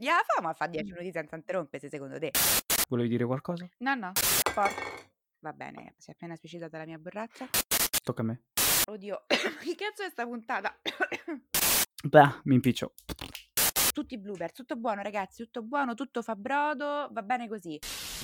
Gliela famo a fa 10 minuti senza interrompere, secondo te? Volevi dire qualcosa? No, forza. Va bene, si è appena suicidata la mia borraccia. Tocca a me. Oddio, che cazzo è sta puntata? Beh, mi impiccio. Tutti blooper, tutto buono ragazzi, tutto buono, tutto fa brodo, va bene così.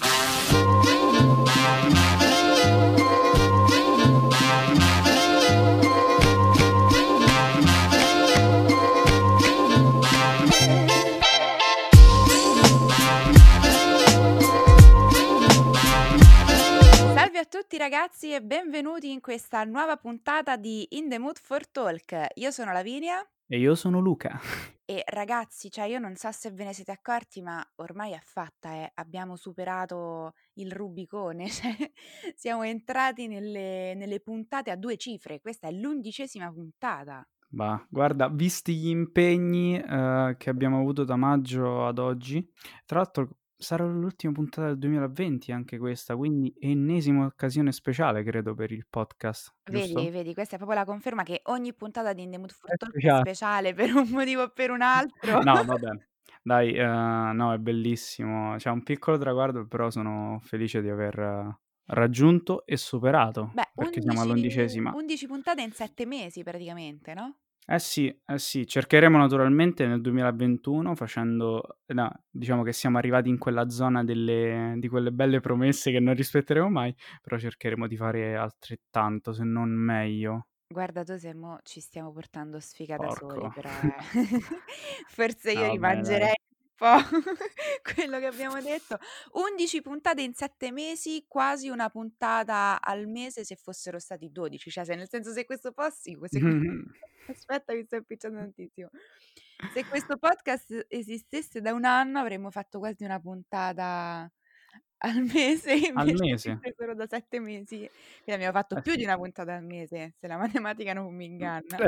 Salve a tutti ragazzi e benvenuti in questa nuova puntata di In the Mood for Talk. Io sono Lavinia E io sono Luca. e ragazzi, cioè io non so se ve ne siete accorti, ma ormai è fatta, abbiamo superato il Rubicone, cioè siamo entrati nelle puntate a 2 cifre, questa è l'11ª puntata. Bah, guarda, visti gli impegni che abbiamo avuto da maggio ad oggi, tra l'altro sarà l'ultima puntata del 2020 anche questa, quindi ennesima occasione speciale credo per il podcast, Vedi, giusto? vedi, questa è proprio la conferma che ogni puntata di In the Mood for È Talk è speciale. speciale per un motivo o per un altro. No, vabbè, dai, no, è bellissimo. C'è un piccolo traguardo, però sono felice di aver raggiunto e superato, Beh, perché siamo 11 all'11ª. 11 puntate in 7 mesi praticamente, no? Eh sì, cercheremo naturalmente nel 2021 facendo no, diciamo che siamo arrivati in quella zona di quelle belle promesse che non rispetteremo mai, però cercheremo di fare altrettanto, se non meglio. Guarda tu se mo' ci stiamo portando sfiga da soli Porco. però, eh. Forse io No, vabbè dai. rimangerei un po' quello che abbiamo detto. 11 puntate in 7 mesi, quasi una puntata al mese se fossero stati 12, cioè se nel senso se questo possi se que aspetta mi sto impicciando tantissimo. Se questo podcast esistesse da 1 anno avremmo fatto quasi una puntata al mese, Al invece mese? esiste solo da 7 mesi. Quindi abbiamo fatto Eh più sì. di una puntata al mese, se la matematica non mi inganna.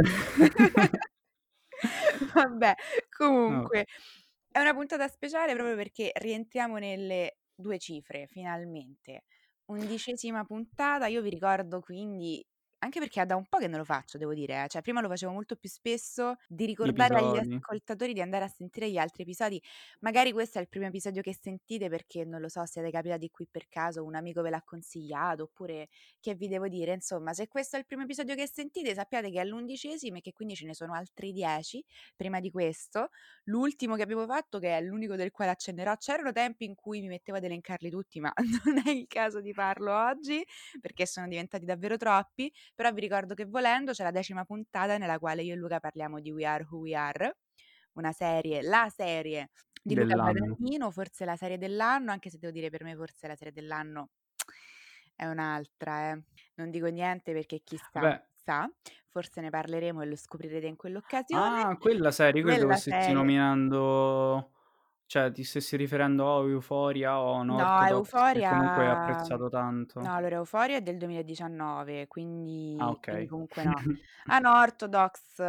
Vabbè, No. comunque è una puntata speciale proprio perché rientriamo nelle 2 cifre finalmente. 11ª puntata, io vi ricordo quindi anche perché è da un po' che non lo faccio devo dire, cioè prima lo facevo molto più spesso, di Gli ricordare agli episodi. ascoltatori di andare a sentire gli altri episodi. Magari questo è il primo episodio che sentite perché, non lo so, siete capitati qui per caso, un amico ve l'ha consigliato, oppure che vi devo dire, insomma, se questo è il primo episodio che sentite, sappiate che è l'11º e che quindi ce ne sono altri 10 prima di questo. L'ultimo che abbiamo fatto, che è l'unico del quale accennerò, c'erano tempi in cui mi mettevo ad elencarli tutti, ma non è il caso di farlo oggi perché sono diventati davvero troppi. Però vi ricordo che volendo c'è la 10ª puntata nella quale io e Luca parliamo di We Are Who We Are, una serie, la serie di Luca Dell'anno. Guadagnino, forse la serie dell'anno, anche se devo dire per me forse la serie dell'anno è un'altra, eh. Non dico niente perché Vabbè. chissà, forse ne parleremo e lo scoprirete in quell'occasione. Ah, quella serie, io credevo Quella stessi serie. nominando cioè ti stessi riferendo a Euphoria o No, Unorthodox, che comunque hai Euphoria apprezzato tanto. no, allora Euphoria è del 2019, Ah, quindi okay. comunque no. Unorthodox,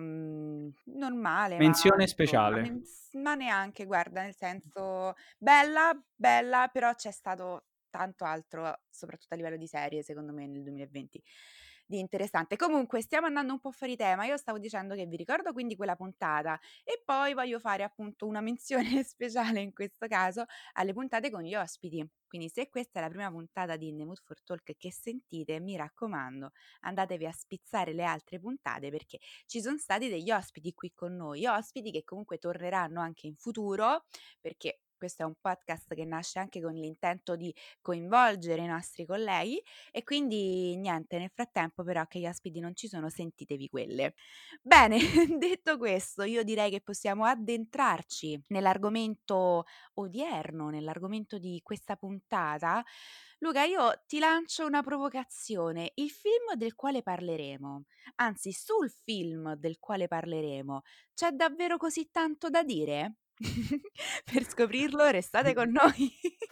normale, ma Menzione insomma, speciale. ma neanche, guarda, nel senso bella, bella, però c'è stato tanto altro, soprattutto a livello di serie, secondo me nel 2020 di interessante. Comunque stiamo andando un po' fuori tema. Io stavo dicendo che vi ricordo quindi quella puntata e poi voglio fare appunto una menzione speciale in questo caso alle puntate con gli ospiti. Quindi se questa è la prima puntata di In the Mood for Talk che sentite, mi raccomando, andatevi a spizzare le altre puntate perché ci sono stati degli ospiti qui con noi, ospiti che comunque torneranno anche in futuro, perché questo è un podcast che nasce anche con l'intento di coinvolgere i nostri colleghi e quindi niente, nel frattempo però che gli ospiti non ci sono, sentitevi quelle. Bene, detto questo, io direi che possiamo addentrarci nell'argomento odierno, nell'argomento di questa puntata. Luca, io ti lancio una provocazione. Il film del quale parleremo, anzi sul film del quale parleremo, c'è davvero così tanto da dire? Per scoprirlo restate con noi.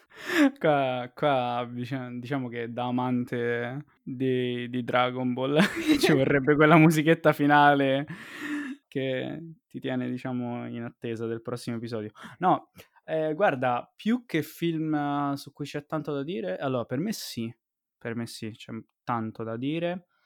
Qua diciamo che da amante di Dragon Ball ci vorrebbe quella musichetta finale che ti tiene, diciamo, in attesa del prossimo episodio. No, guarda, più che film su cui c'è tanto da dire allora per me sì, c'è tanto da dire.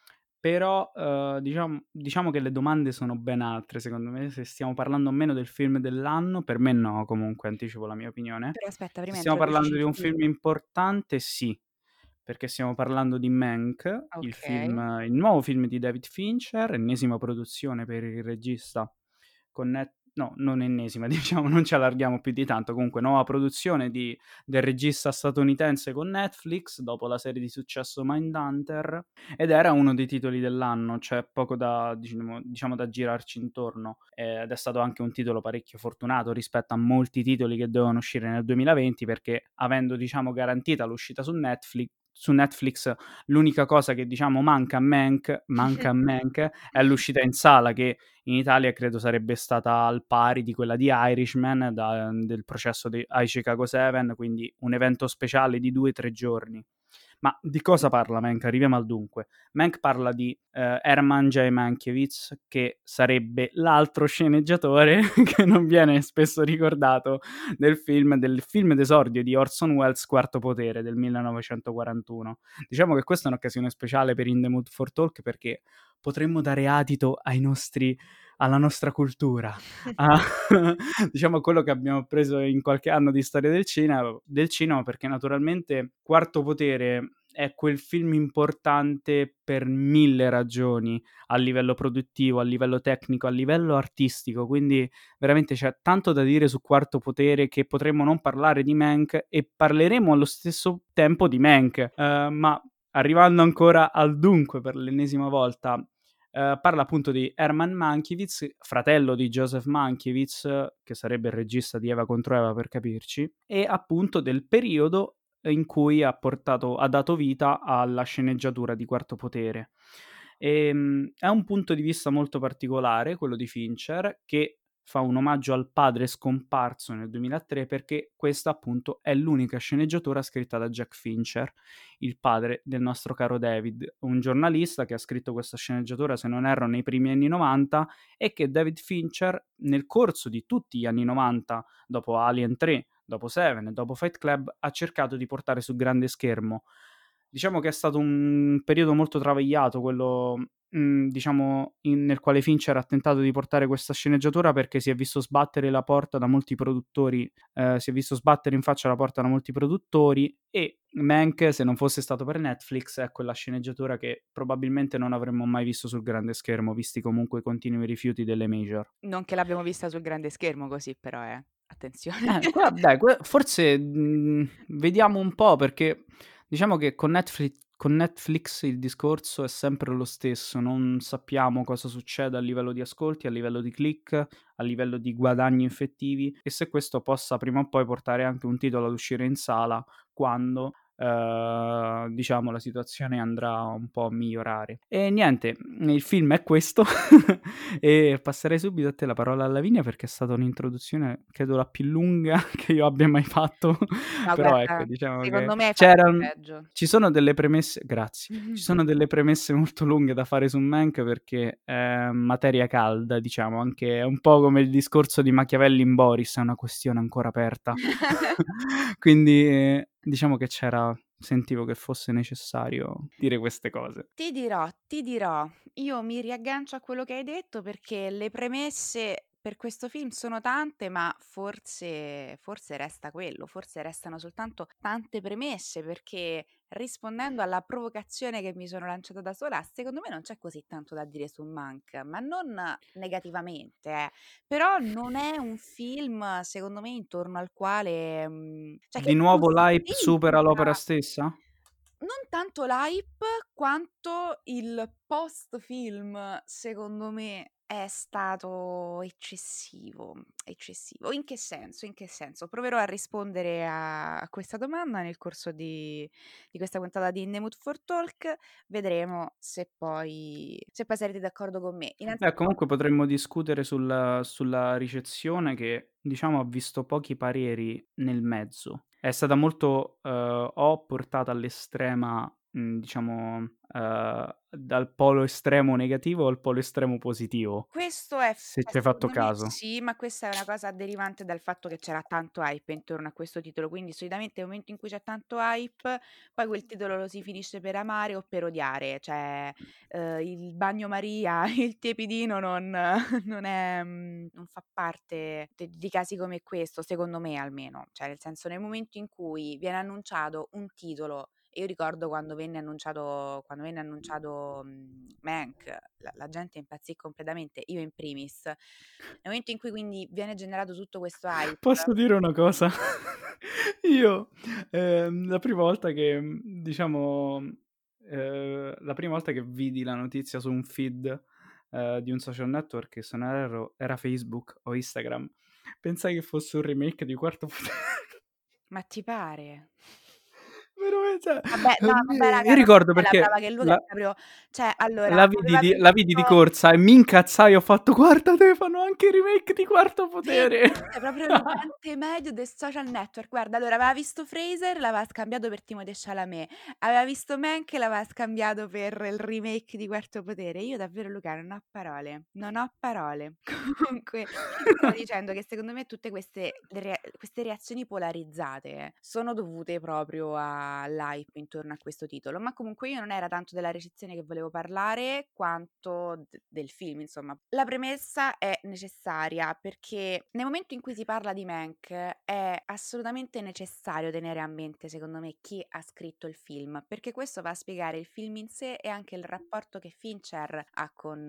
però, diciamo che le domande sono ben altre secondo me, se stiamo parlando o meno del film dell'anno, per me no comunque, anticipo la mia opinione. Però aspetta, Se prima stiamo introducici parlando il di un film film. importante sì, perché stiamo parlando di Mank, Okay. il nuovo film di David Fincher, ennesima produzione per il regista con no, non ennesima, diciamo, non ci allarghiamo più di tanto, comunque nuova produzione del regista statunitense con Netflix, dopo la serie di successo Mindhunter, ed era uno dei titoli dell'anno, cioè poco da, diciamo, da girarci intorno, ed è stato anche un titolo parecchio fortunato rispetto a molti titoli che dovevano uscire nel 2020, perché avendo, diciamo, garantita l'uscita su Netflix, l'unica cosa che, diciamo, manca a Mank è l'uscita in sala, che in Italia credo sarebbe stata al pari di quella di Irishman del processo ai Chicago 7, quindi un evento speciale di 2 o 3 giorni. Ma di cosa parla Mank? Arriviamo al dunque. Mank parla di Herman J. Mankiewicz, che sarebbe l'altro sceneggiatore che non viene spesso ricordato del film d'esordio di Orson Welles, Quarto Potere, del 1941. Diciamo che questa è un'occasione speciale per In the Mood for Talk, perché potremmo dare adito alla nostra cultura, a diciamo quello che abbiamo appreso in qualche anno di storia del cinema, perché naturalmente Quarto Potere è quel film importante per 1000 ragioni, a livello produttivo, a livello tecnico, a livello artistico, quindi veramente c'è tanto da dire su Quarto Potere, che potremmo non parlare di Mank e parleremo allo stesso tempo di Mank, ma arrivando ancora al dunque per l'ennesima volta, parla appunto di Herman Mankiewicz, fratello di Joseph Mankiewicz, che sarebbe il regista di Eva contro Eva, per capirci, e appunto del periodo in cui ha dato vita alla sceneggiatura di Quarto Potere. È un punto di vista molto particolare, quello di Fincher, che fa un omaggio al padre scomparso nel 2003, perché questa appunto è l'unica sceneggiatura scritta da Jack Fincher, il padre del nostro caro David, un giornalista che ha scritto questa sceneggiatura, se non erro, nei primi anni 90, e che David Fincher nel corso di tutti gli anni 90, dopo Alien 3, dopo Seven e dopo Fight Club, ha cercato di portare sul grande schermo. Diciamo che è stato un periodo molto travagliato quello, diciamo, nel quale Fincher ha tentato di portare questa sceneggiatura, perché si è visto sbattere la porta da molti produttori, si è visto sbattere in faccia la porta da molti produttori, e Mank, se non fosse stato per Netflix, è quella sceneggiatura che probabilmente non avremmo mai visto sul grande schermo, visti comunque i continui rifiuti delle major. Non che l'abbiamo vista sul grande schermo così però, attenzione. Qua dai, forse, vediamo un po', perché diciamo che con Netflix il discorso è sempre lo stesso, non sappiamo cosa succede a livello di ascolti, a livello di click, a livello di guadagni effettivi, e se questo possa prima o poi portare anche un titolo ad uscire in sala quando, diciamo, la situazione andrà un po' a migliorare. E niente, il film è questo e passerei subito a te la parola a Lavinia, perché è stata un'introduzione credo la più lunga che io abbia mai fatto, No però ecco, guarda, diciamo che secondo me hai fatto di peggio. ci sono delle premesse, grazie, ci sono delle premesse molto lunghe da fare su Mank, perché è materia calda, diciamo, anche un po' come il discorso di Machiavelli in Boris, è una questione ancora aperta. Quindi, diciamo che sentivo che fosse necessario dire queste cose. Ti dirò, io mi riaggancio a quello che hai detto perché le premesse per questo film sono tante, ma forse resta quello, forse restano soltanto tante premesse, perché rispondendo alla provocazione che mi sono lanciata da sola, secondo me non c'è così tanto da dire su Mank, ma non negativamente, però non è un film, secondo me, intorno al quale, cioè che Di nuovo l'hype supera l'opera suscita stessa? non tanto l'hype quanto il post film, secondo me, è stato eccessivo, eccessivo. In che senso? In che senso? Proverò a rispondere a questa domanda nel corso di questa puntata di In the Mood for Talk. Vedremo se poi sarete d'accordo con me. Beh, Innanzitutto, comunque potremmo discutere sulla ricezione, che, diciamo, ha visto pochi pareri nel mezzo. È stata molto, o portata all'estrema diciamo, dal polo estremo negativo al polo estremo positivo, Questo è f se cioè ci hai fatto secondo me caso. sì, ma questa è una cosa derivante dal fatto che c'era tanto hype intorno a questo titolo, quindi solitamente nel momento in cui c'è tanto hype, poi quel titolo lo si finisce per amare o per odiare, cioè, il bagnomaria, il tiepidino non fa parte di casi come questo, secondo me almeno. Cioè nel senso, nel momento in cui viene annunciato un titolo, e io ricordo quando venne annunciato, Mank, la gente impazzì completamente, io in primis. Nel momento in cui quindi viene generato tutto questo hype. Posso dire una cosa? Io, la prima volta che, diciamo, la prima volta che vidi la notizia su un feed, di un social network, che se non erro era Facebook o Instagram, pensai che fosse un remake di Quarto Potere. Ma ti pare? Veramente, Vabbè, no, vabbè raga, io non ricordo è la prova perché che Luca è la proprio, cioè allora la vidi aveva di visto. corsa e mi incazzai, ho fatto: "Guarda te, fanno anche il remake di Quarto Vedi, Potere." sei proprio l'utente medio del social network. Guarda, allora aveva visto Fraser, l'aveva scambiato per Timothée Chalamet, aveva visto Mank e l'aveva scambiato per il remake di Quarto Potere. Io davvero Luca non ho parole, non ho parole. Comunque, stavo dicendo che secondo me tutte queste reazioni polarizzate sono dovute proprio all'hype intorno a questo titolo, ma comunque io non era tanto della recensione che volevo parlare quanto del film, insomma. La premessa è necessaria perché nel momento in cui si parla di Mank è assolutamente necessario tenere a mente, secondo me, chi ha scritto il film, perché questo va a spiegare il film in sé e anche il rapporto che Fincher ha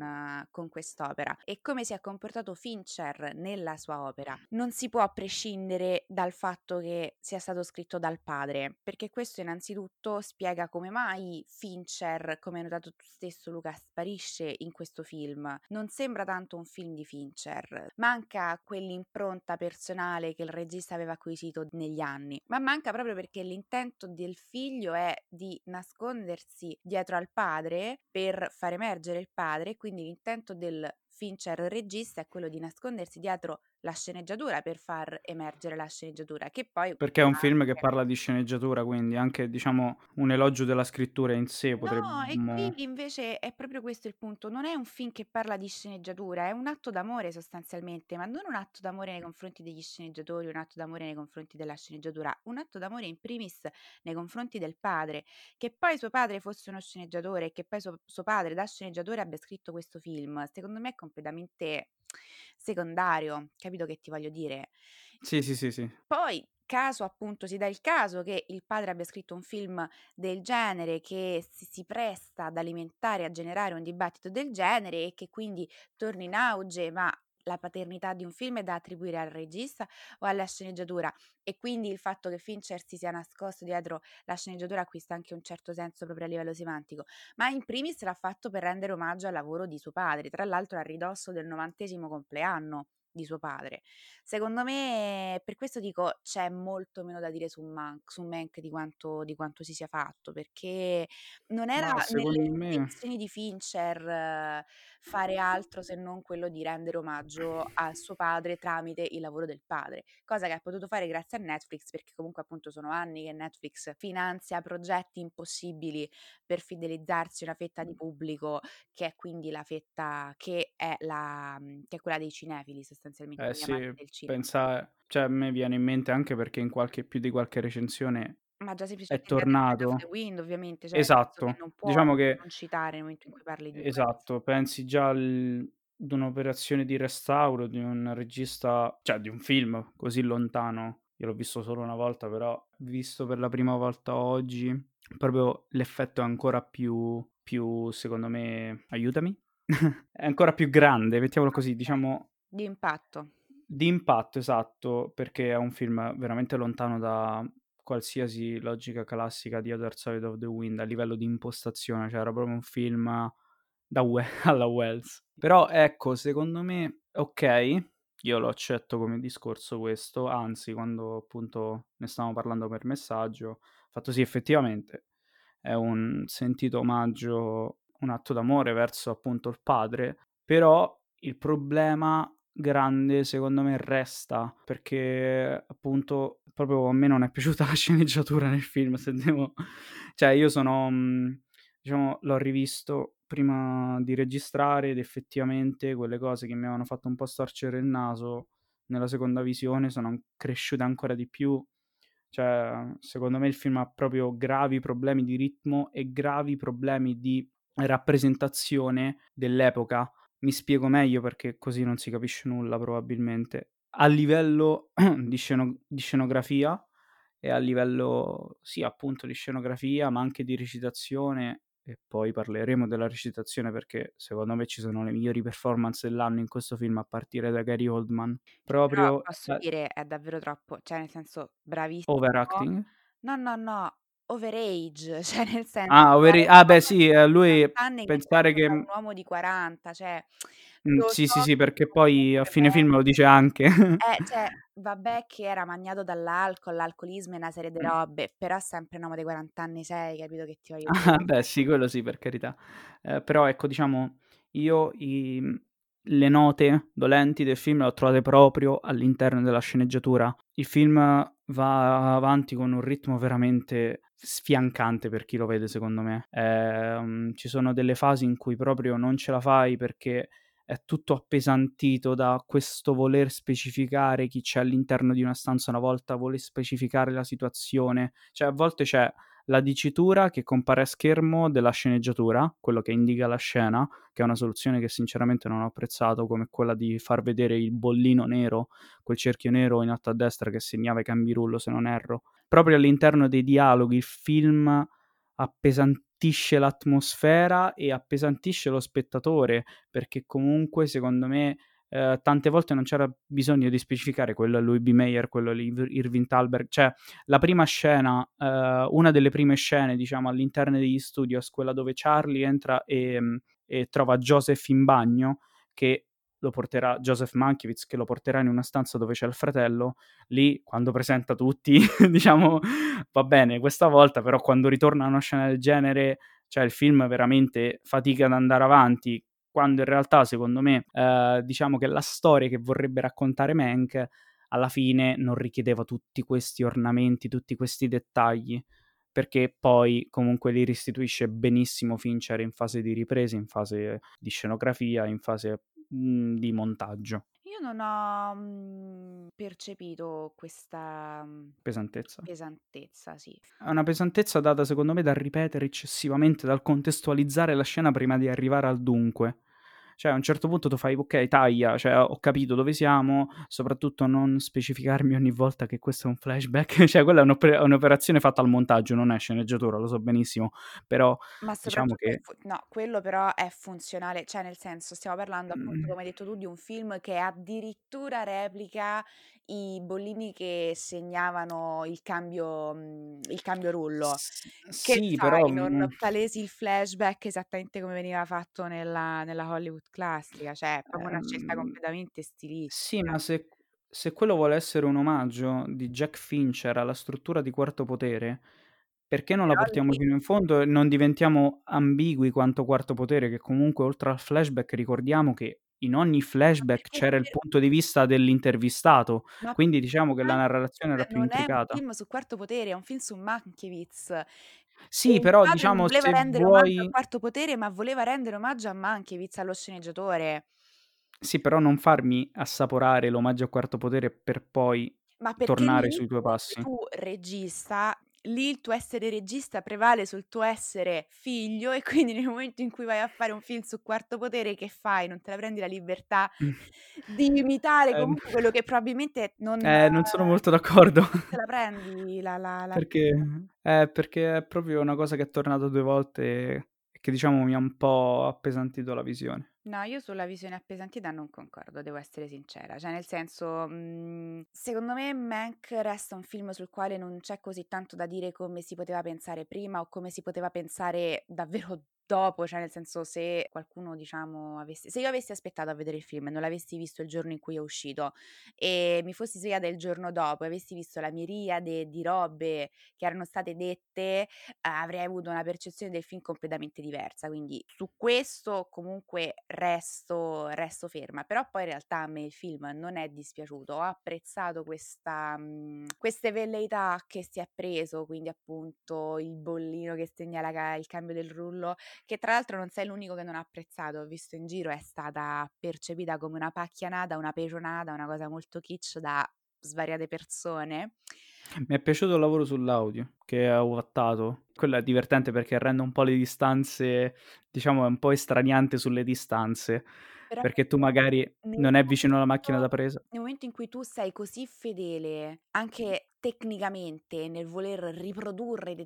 con quest'opera e come si è comportato Fincher nella sua opera. Non si può prescindere dal fatto che sia stato scritto dal padre, perché questo innanzitutto spiega come mai Fincher, come hai notato tu stesso Luca, sparisce in questo film. Non sembra tanto un film di Fincher, manca quell'impronta personale che il regista aveva acquisito negli anni, ma manca proprio perché l'intento del figlio è di nascondersi dietro al padre per far emergere il padre, quindi l'intento del Fincher regista è quello di nascondersi dietro la sceneggiatura per far emergere la sceneggiatura, che poi Perché è un film che anche. parla di sceneggiatura, quindi anche, diciamo, un elogio della scrittura in sé No, e qui potremmo. invece è proprio questo il punto, non è un film che parla di sceneggiatura, è un atto d'amore sostanzialmente, ma non un atto d'amore nei confronti degli sceneggiatori, un atto d'amore nei confronti della sceneggiatura, un atto d'amore in primis nei confronti del padre, che poi suo padre fosse uno sceneggiatore e che poi suo padre da sceneggiatore abbia scritto questo film, secondo me è completamente secondario, capito che ti voglio dire? Sì, sì, sì, sì. Poi, caso appunto si dà il caso che il padre abbia scritto un film del genere che si presta ad alimentare, a generare un dibattito del genere e che quindi torni in auge, ma la paternità di un film è da attribuire al regista o alla sceneggiatura e quindi il fatto che Fincher si sia nascosto dietro la sceneggiatura acquista anche un certo senso proprio a livello semantico, ma in primis l'ha fatto per rendere omaggio al lavoro di suo padre, tra l'altro a ridosso del 90° compleanno di suo padre. Secondo me, per questo dico, c'è molto meno da dire su Mank di quanto si sia fatto, perché non era Ma nelle secondo me intenzioni di Fincher fare altro se non quello di rendere omaggio a suo padre tramite il lavoro del padre, cosa che ha potuto fare grazie a Netflix, perché comunque appunto sono anni che Netflix finanzia progetti impossibili per fidelizzarsi una fetta di pubblico che è quindi la fetta che è quella dei cinefili sostanzialmente, eh degli amanti sì, del cinema. cioè a me viene in mente anche perché in più di qualche recensione Ma già è semplicemente Gone with the tornato. Wind ovviamente, cioè nel senso che Esatto. non puoi Diciamo che non citare nel momento in cui parli di questo. esatto, pensi già ad un'operazione di restauro di un regista, cioè di un film così lontano. Io l'ho visto solo una volta, però visto per la prima volta oggi, proprio l'effetto è ancora più secondo me, aiutami? È ancora più grande, mettiamolo così, Okay, diciamo di impatto. di impatto, esatto, perché è un film veramente lontano da qualsiasi logica classica di Other Side of the Wind a livello di impostazione, cioè era proprio un film da alla Wells. Però ecco, secondo me okay, io lo accetto come discorso questo, anzi quando appunto ne stavamo parlando per messaggio, ho fatto sì, effettivamente è un sentito omaggio, un atto d'amore verso appunto il padre, però il problema grande secondo me resta, perché appunto proprio a me non è piaciuta la sceneggiatura nel film, se devo cioè io sono diciamo l'ho rivisto prima di registrare ed effettivamente quelle cose che mi avevano fatto un po' storcere il naso, nella seconda visione sono cresciute ancora di più. Cioè, secondo me il film ha proprio gravi problemi di ritmo e gravi problemi di rappresentazione dell'epoca. Mi spiego meglio perché così non si capisce nulla probabilmente. A livello di scenografia e a livello, sì, appunto di scenografia, ma anche di recitazione, e poi parleremo della recitazione perché secondo me ci sono le migliori performance dell'anno in questo film a partire da Gary Oldman. Che però Proprio posso dire è davvero troppo, cioè nel senso bravissimo. overacting. No, no, no, overage, cioè nel senso Ah, è un beh uomo sì, di lui 70 anni che pensare interpreta un che uomo di 40, cioè lo sì, so sì, sì, che perché poi a comunque fine film lo dice anche. cioè vabbè che era magnato dall'alcol, l'alcolismo e una serie di Mh. robe, però sempre un uomo dei 40 anni sei, capito che ti voglio Ah, dire? beh sì, quello sì, per carità. Però ecco, diciamo, io le note dolenti del film le ho trovate proprio all'interno della sceneggiatura. Il film va avanti con un ritmo veramente sfiancante per chi lo vede, secondo me. Ci sono delle fasi in cui proprio non ce la fai perché è tutto appesantito da questo voler specificare chi c'è all'interno di una stanza una volta, voler specificare la situazione. Cioè, a volte c'è la dicitura che compare a schermo della sceneggiatura, quello che indica la scena, che è una soluzione che sinceramente non ho apprezzato, come quella di far vedere il bollino nero, quel cerchio nero in alto a destra che segnava i cambirullo, se non erro. Proprio all'interno dei dialoghi il film appesantisce l'atmosfera e appesantisce lo spettatore, perché comunque secondo me tante volte non c'era bisogno di specificare quello è Louis B. Mayer, quello è Irving Thalberg, cioè la prima scena, una delle prime scene, diciamo, all'interno degli studios, quella dove Charlie entra e trova Joseph in bagno, che lo porterà Joseph Mankiewicz, che lo porterà in una stanza dove c'è il fratello, lì quando presenta tutti, diciamo, va bene questa volta, però quando ritorna a una scena del genere, cioè il film veramente fatica ad andare avanti, quando in realtà secondo me, diciamo che la storia che vorrebbe raccontare Mank alla fine non richiedeva tutti questi ornamenti, tutti questi dettagli, perché poi comunque li restituisce benissimo Fincher in fase di riprese, in fase di scenografia, in fase, di montaggio. Io non ho, percepito questa, Pesantezza. pesantezza, sì. Ha una pesantezza data secondo me dal ripetere eccessivamente, dal contestualizzare la scena prima di arrivare al dunque. Cioè a un certo punto tu fai: "Okay, taglia, cioè ho capito dove siamo, soprattutto non specificarmi ogni volta che questo è un flashback." Cioè quella è un'operazione fatta al montaggio, non è sceneggiatura, lo so benissimo, però Ma diciamo soprattutto è che fu no, quello però è funzionale, cioè nel senso stiamo parlando appunto, mhmm, come hai detto tu, di un film che addirittura replica i bollini che segnavano il cambio rullo. Che sì, però, fai, non palesi il flashback esattamente come veniva fatto nella Hollywood classica, cioè è proprio una scelta ehm completamente sì, stilistica. ma se quello vuole essere un omaggio di Jack Fincher alla struttura di Quarto Potere, perché non la Però portiamo lì fino in fondo e non diventiamo ambigui quanto Quarto Potere, che comunque oltre al flashback ricordiamo che in ogni ma flashback perché c'era il per punto di vista dell'intervistato, ma quindi perché diciamo che la narrazione era Mankiewicz più non è un intricata. film su Quarto Potere, è un film su Mankiewicz. E Sì, il però padre non diciamo voleva se rendere omaggio al vuoi Quarto Potere, ma voleva rendere omaggio a Mankiewicz, allo sceneggiatore. sì, però non farmi assaporare l'omaggio a Quarto Potere per poi Ma perché tornare lì sui tuoi comunque passi. tu regista, lì il tuo essere regista prevale sul tuo essere figlio e quindi nel momento in cui vai a fare un film su Quarto Potere che fai? Non te la prendi la libertà di imitare Ehm, comunque quello che probabilmente non sono molto d'accordo. non te la prendi la Perché perché è proprio una cosa che è tornata 2 volte e che diciamo mi ha un po' appesantito la visione. No, io sulla visione appesantita non concordo, devo essere sincera. Cioè, nel senso, secondo me Mank resta un film sul quale non c'è così tanto da dire come si poteva pensare prima o come si poteva pensare davvero dopo, cioè nel senso se qualcuno diciamo se io avessi aspettato a vedere il film e non l'avessi visto il giorno in cui è uscito e mi fossi svegliata il giorno dopo e avessi visto la miriade di robe che erano state dette, avrei avuto una percezione del film completamente diversa. Quindi su questo comunque resto ferma, però poi in realtà a me il film non è dispiaciuto. Ho apprezzato queste velleità che si è preso, quindi appunto il bollino che segnala il cambio del rullo, che tra l'altro non sei l'unico che non ha apprezzato, ho visto in giro, è stata percepita come una pacchianata, una pecionata, una cosa molto kitsch da svariate persone. Mi è piaciuto il lavoro sull'audio che ha ovattato. Quello è divertente perché rende un po' le distanze, diciamo, è un po' estraniante sulle distanze, Però perché tu magari nel non è vicino alla macchina da momento presa. nel momento in cui tu sei così fedele, anche tecnicamente, nel voler riprodurre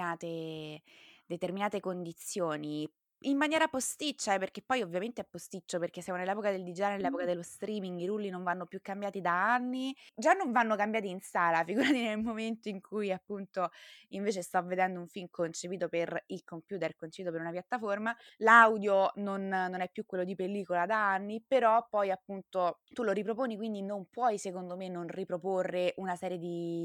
determinate condizioni, in maniera posticcia, perché poi ovviamente è posticcio, perché siamo nell'epoca del digitale, nell'epoca dello streaming, i rulli non vanno più cambiati da anni, già non vanno cambiati in sala, figurati nel momento in cui appunto invece sto vedendo un film concepito per il computer, concepito per una piattaforma. L'audio non è più quello di pellicola da anni, però poi appunto tu lo riproponi, quindi non puoi secondo me non riproporre una serie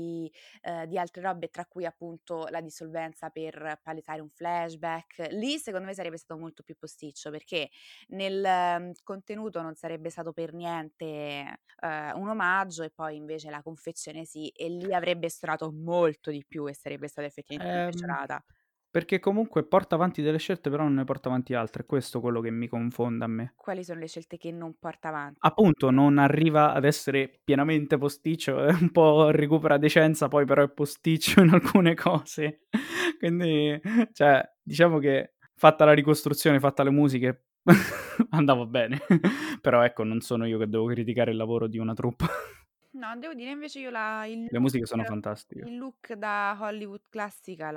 di altre robe, tra cui appunto la dissolvenza per palesare un flashback. Lì secondo me sarebbe stato molto più posticcio, perché nel contenuto non sarebbe stato per niente un omaggio, e poi invece la confezione sì, e lì avrebbe stonato molto di più e sarebbe stata effettivamente una Ehm, pecionata. perché comunque porta avanti delle scelte, però non ne porta avanti altre. È questo quello che mi confonde a me. Quali sono le scelte che non porta avanti? Appunto, non arriva ad essere pienamente posticcio, è un po' recupera decenza, poi però è posticcio in alcune cose. Quindi, cioè, diciamo che fatta la ricostruzione, fatta le musiche, andava bene. Però ecco, non sono io che devo criticare il lavoro di una troupe. No, devo dire invece io la Le musiche sono fantastiche. il look da Hollywood classica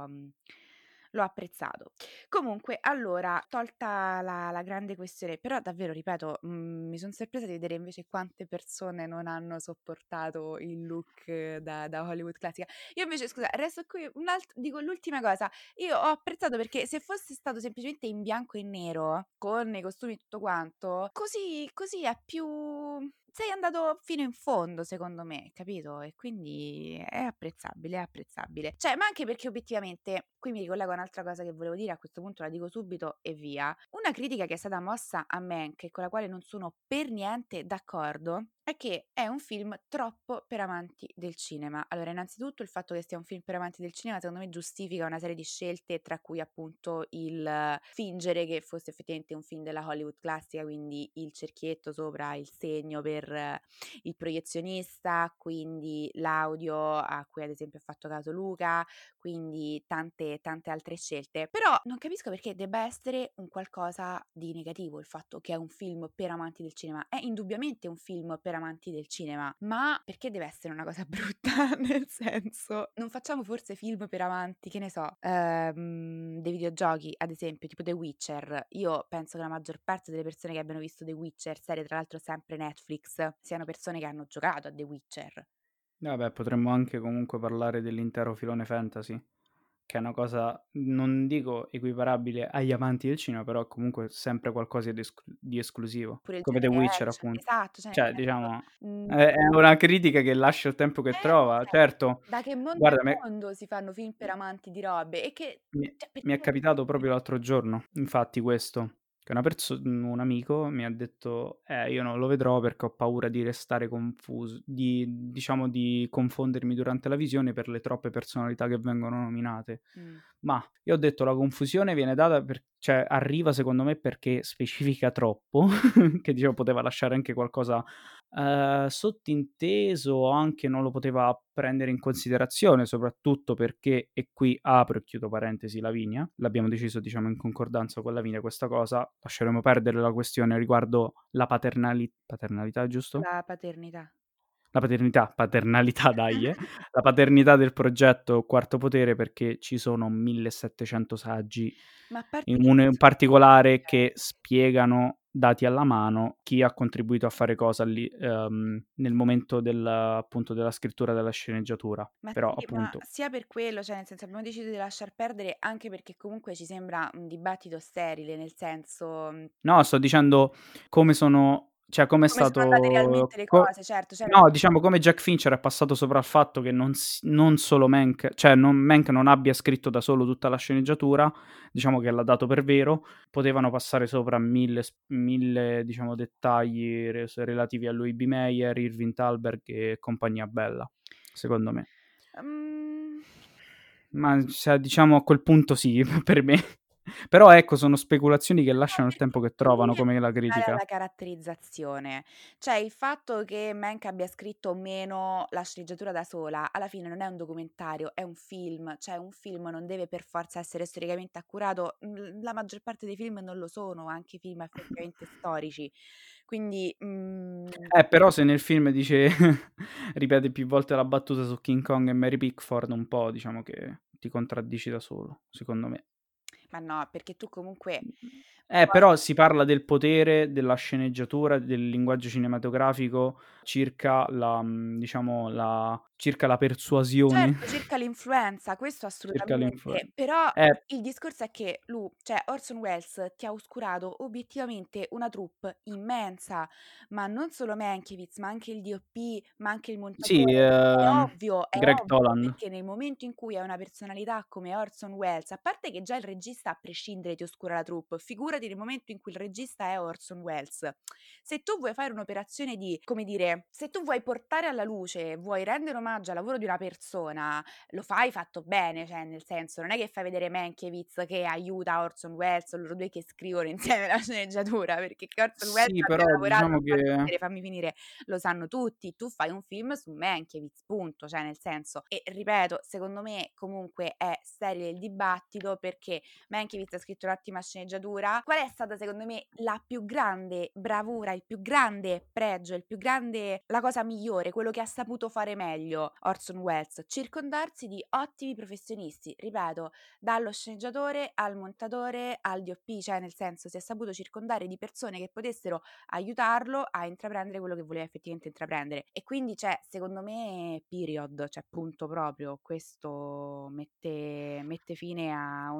l'ho apprezzato. Comunque, allora, tolta la grande questione, però davvero, ripeto, mi son sorpresa di vedere invece quante persone non hanno sopportato il look da Hollywood classica. Io invece, scusa, resto qui dico l'ultima cosa, io ho apprezzato perché se fosse stato semplicemente in bianco e nero, con i costumi e tutto quanto, così è più sei andato fino in fondo secondo me, capito? E quindi è apprezzabile, è apprezzabile. Cioè, ma anche perché obiettivamente, qui mi ricollego a un'altra cosa che volevo dire, a questo punto la dico subito e via. Una critica che è stata mossa a Mank e con la quale non sono per niente d'accordo è che è un film troppo per amanti del cinema. Allora, innanzitutto il fatto che sia un film per amanti del cinema secondo me giustifica una serie di scelte, tra cui appunto il fingere che fosse effettivamente un film della Hollywood classica, quindi il cerchietto sopra il segno per il proiezionista, quindi l'audio a cui ad esempio ha fatto caso Luca, quindi tante altre scelte. Però non capisco perché debba essere un qualcosa di negativo il fatto che è un film per amanti del cinema. È indubbiamente un film per amanti del cinema, ma perché deve essere una cosa brutta? Nel senso, non facciamo forse film per amanti, che ne so, dei videogiochi, ad esempio, tipo The Witcher. Io penso che la maggior parte delle persone che abbiano visto The Witcher, serie tra l'altro sempre Netflix, siano persone che hanno giocato a The Witcher. Vabbè, potremmo anche comunque parlare dell'intero filone fantasy, che è una cosa, non dico equiparabile agli amanti del cinema, però comunque sempre qualcosa di esclusivo, Pure il come The genere Witcher action, appunto. esatto, cioè nel Cioè, senso, diciamo, mhmm è una critica che lascia il tempo che trova. cioè, Certo, da che mondo guarda, è mondo si fanno film per amanti di robe e che mi cioè mi perché è capitato proprio l'altro giorno, infatti questo, che un amico mi ha detto: io non lo vedrò perché ho paura di restare confuso, diciamo di confondermi durante la visione per le troppe personalità che vengono nominate". Mh. Ma io ho detto la confusione viene data cioè arriva secondo me perché specifica troppo, che diciamo poteva lasciare anche qualcosa, sottinteso o anche non lo poteva prendere in considerazione, soprattutto perché, e qui apro e chiudo parentesi, Lavinia, l'abbiamo deciso diciamo in concordanza con Lavinia questa cosa, lasceremo perdere la questione riguardo la paternalità, giusto? La paternità. La paternalità dai, la paternità del progetto Quarto Potere, perché ci sono 1700 saggi, Ma a parte in che uno ci in sono particolare, cioè che spiegano dati alla mano chi ha contribuito a fare cosa lì, nel momento appunto della scrittura della sceneggiatura. Ma Però sì, ma appunto sia per quello, cioè nel senso abbiamo deciso di lasciar perdere anche perché comunque ci sembra un dibattito sterile, nel senso, no, sto dicendo come sono, cioè come è come sono andate stato realmente le cose, certo, cioè no, diciamo come Jack Fincher è passato sopra al fatto che non solo Mank, cioè Mank non abbia scritto da solo tutta la sceneggiatura, diciamo che l'ha dato per vero, potevano passare sopra 1000 diciamo dettagli relativi a Louis B. Mayer, Irving Thalberg e compagnia bella, secondo me. mhmm Ma cioè, diciamo a quel punto sì, per me. Però ecco, sono speculazioni che No, lasciano il perché tempo che secondo trovano, me come la sale critica. alla caratterizzazione. Cioè il fatto che Mank abbia scritto o meno la sceneggiatura da sola, alla fine non è un documentario, è un film. Cioè un film non deve per forza essere storicamente accurato, la maggior parte dei film non lo sono, anche i film effettivamente storici. Quindi, Però se nel film dice ripete più volte la battuta su King Kong e Mary Pickford, un po' diciamo che ti contraddici da solo, secondo me. ma no, perché tu comunque poi Però si parla del potere della sceneggiatura, del linguaggio cinematografico circa diciamo circa la persuasione, certo, circa l'influenza, questo circa assolutamente, però eh, il discorso è che cioè Orson Welles ti ha oscurato obiettivamente una troupe immensa, ma non solo Mankiewicz, ma anche il DOP, ma anche il sì, montatore. È Greg ovvio, Toland. perché nel momento in cui hai una personalità come Orson Welles, a parte che già il regista a prescindere ti oscura la troupe, figurati nel momento in cui il regista è Orson Welles. Se tu vuoi fare un'operazione di, come dire, se tu vuoi portare alla luce, vuoi rendere omaggio al lavoro di una persona, lo fai fatto bene, cioè nel senso non è che fai vedere Mankiewicz che aiuta Orson Welles o loro due che scrivono insieme la sceneggiatura, perché che Orson Welles Sì, abbia però lavorato a diciamo farlo che vedere, fammi finire, lo sanno tutti, tu fai un film su Mankiewicz, punto, cioè nel senso, e ripeto, secondo me comunque è sterile il dibattito perché Mankiewicz ha scritto un'ottima sceneggiatura. Qual è stata secondo me la più grande bravura, il più grande pregio, il più grande la cosa migliore, quello che ha saputo fare meglio Orson Welles? Circondarsi di ottimi professionisti, ripeto, dallo sceneggiatore al montatore al DOP, cioè nel senso si è saputo circondare di persone che potessero aiutarlo a intraprendere quello che voleva effettivamente intraprendere. E quindi cioè, secondo me, period, cioè punto proprio, questo mette fine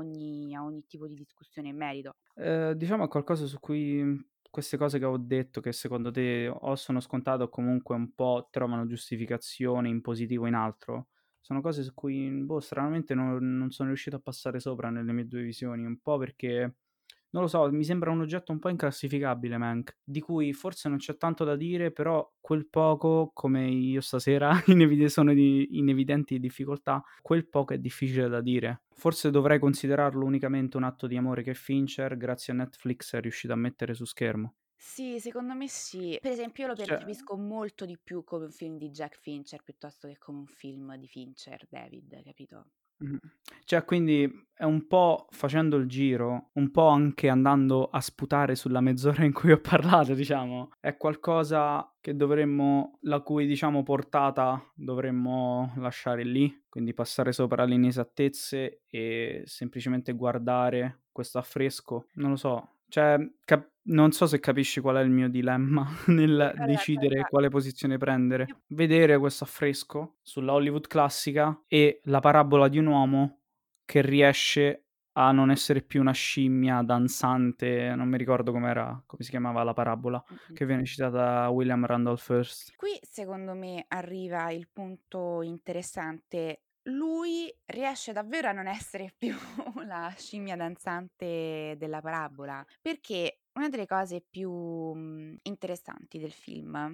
a ogni tipo di discussione in merito. Diciamo qualcosa su cui queste cose che ho detto, che secondo te o sono scontate o comunque un po' trovano giustificazione in positivo o in altro, sono cose su cui, boh, stranamente non sono riuscito a passare sopra nelle mie 2 visioni, un po' perché, non lo so, mi sembra un oggetto un po' inclassificabile Mank, di cui forse non c'è tanto da dire, però quel poco, come io stasera sono in evidenti difficoltà, quel poco è difficile da dire. Forse dovrei considerarlo unicamente un atto di amore che Fincher, grazie a Netflix, è riuscito a mettere su schermo. Sì, secondo me sì. Per esempio, io lo Cioè percepisco molto di più come un film di Jack Fincher piuttosto che come un film di Fincher, David, capito? mh. Cioè quindi è un po' facendo il giro, un po' anche andando a sputare sulla mezz'ora in cui ho parlato, diciamo, è qualcosa che la cui diciamo portata dovremmo lasciare lì, quindi passare sopra le inesattezze e semplicemente guardare questo affresco. Non lo so, cioè non so se capisci qual è il mio dilemma Sì, nel allora decidere aspetta, quale posizione prendere. io Vedere questo affresco sulla Hollywood classica e la parabola di un uomo che riesce a non essere più una scimmia danzante, non mi ricordo come si chiamava la parabola, mh-mh. che viene citata da William Randolph Hearst. Qui secondo me arriva il punto interessante. Lui riesce davvero a non essere più la scimmia danzante della parabola, perché una delle cose più, interessanti del film.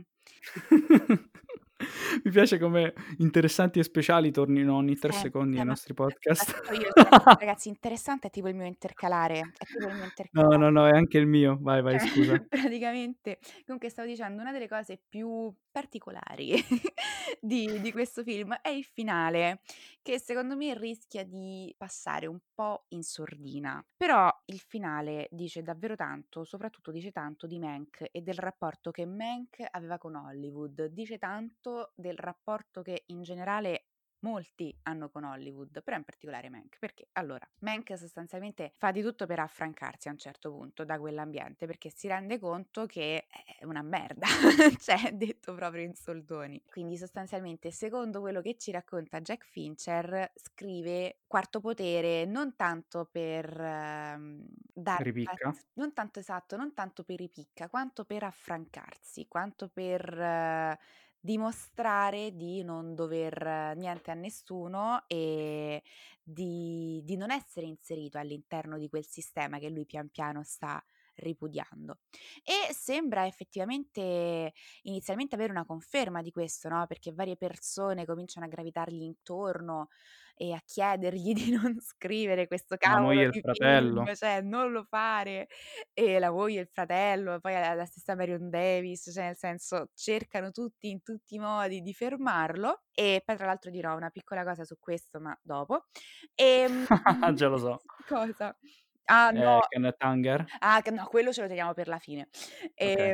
Mi piace come interessanti e speciali tornino ogni 3 secondi nei Ma nostri podcast. aspetto io, cioè ragazzi interessante è tipo il mio intercalare, è tipo il mio No, intercalare. no, no, è anche il mio. Vai, vai, Cioè, scusa. praticamente comunque stavo dicendo, una delle cose più particolari di questo film è il finale, che secondo me rischia di passare un po' in sordina. Però il finale dice davvero tanto, soprattutto dice tanto di Mank e del rapporto che Mank aveva con Hollywood, dice tanto del rapporto che in generale molti hanno con Hollywood, però in particolare Mank, perché allora Mank sostanzialmente fa di tutto per affrancarsi a un certo punto da quell'ambiente, perché si rende conto che è una merda, cioè detto proprio in soldoni. Quindi sostanzialmente, secondo quello che ci racconta Jack Fincher, scrive Quarto Potere non tanto per dar Ripicca? non tanto esatto, non tanto per ripicca, quanto per affrancarsi, quanto per dimostrare di non dover niente a nessuno e di non essere inserito all'interno di quel sistema che lui pian piano sta ripudiando. E sembra effettivamente inizialmente avere una conferma di questo, no, perché varie persone cominciano a gravitargli intorno e a chiedergli di non scrivere questo La moglie cavolo e il di fratello. film, cioè non lo fare. E la moglie e il fratello, poi la stessa Marion Davis, cioè nel senso cercano tutti in tutti i modi di fermarlo. E poi tra l'altro dirò una piccola cosa su questo, ma dopo. Ehm Già lo so. cosa? Ah no, Kenneth Anger? che no, quello ce lo teniamo per la fine. Okay.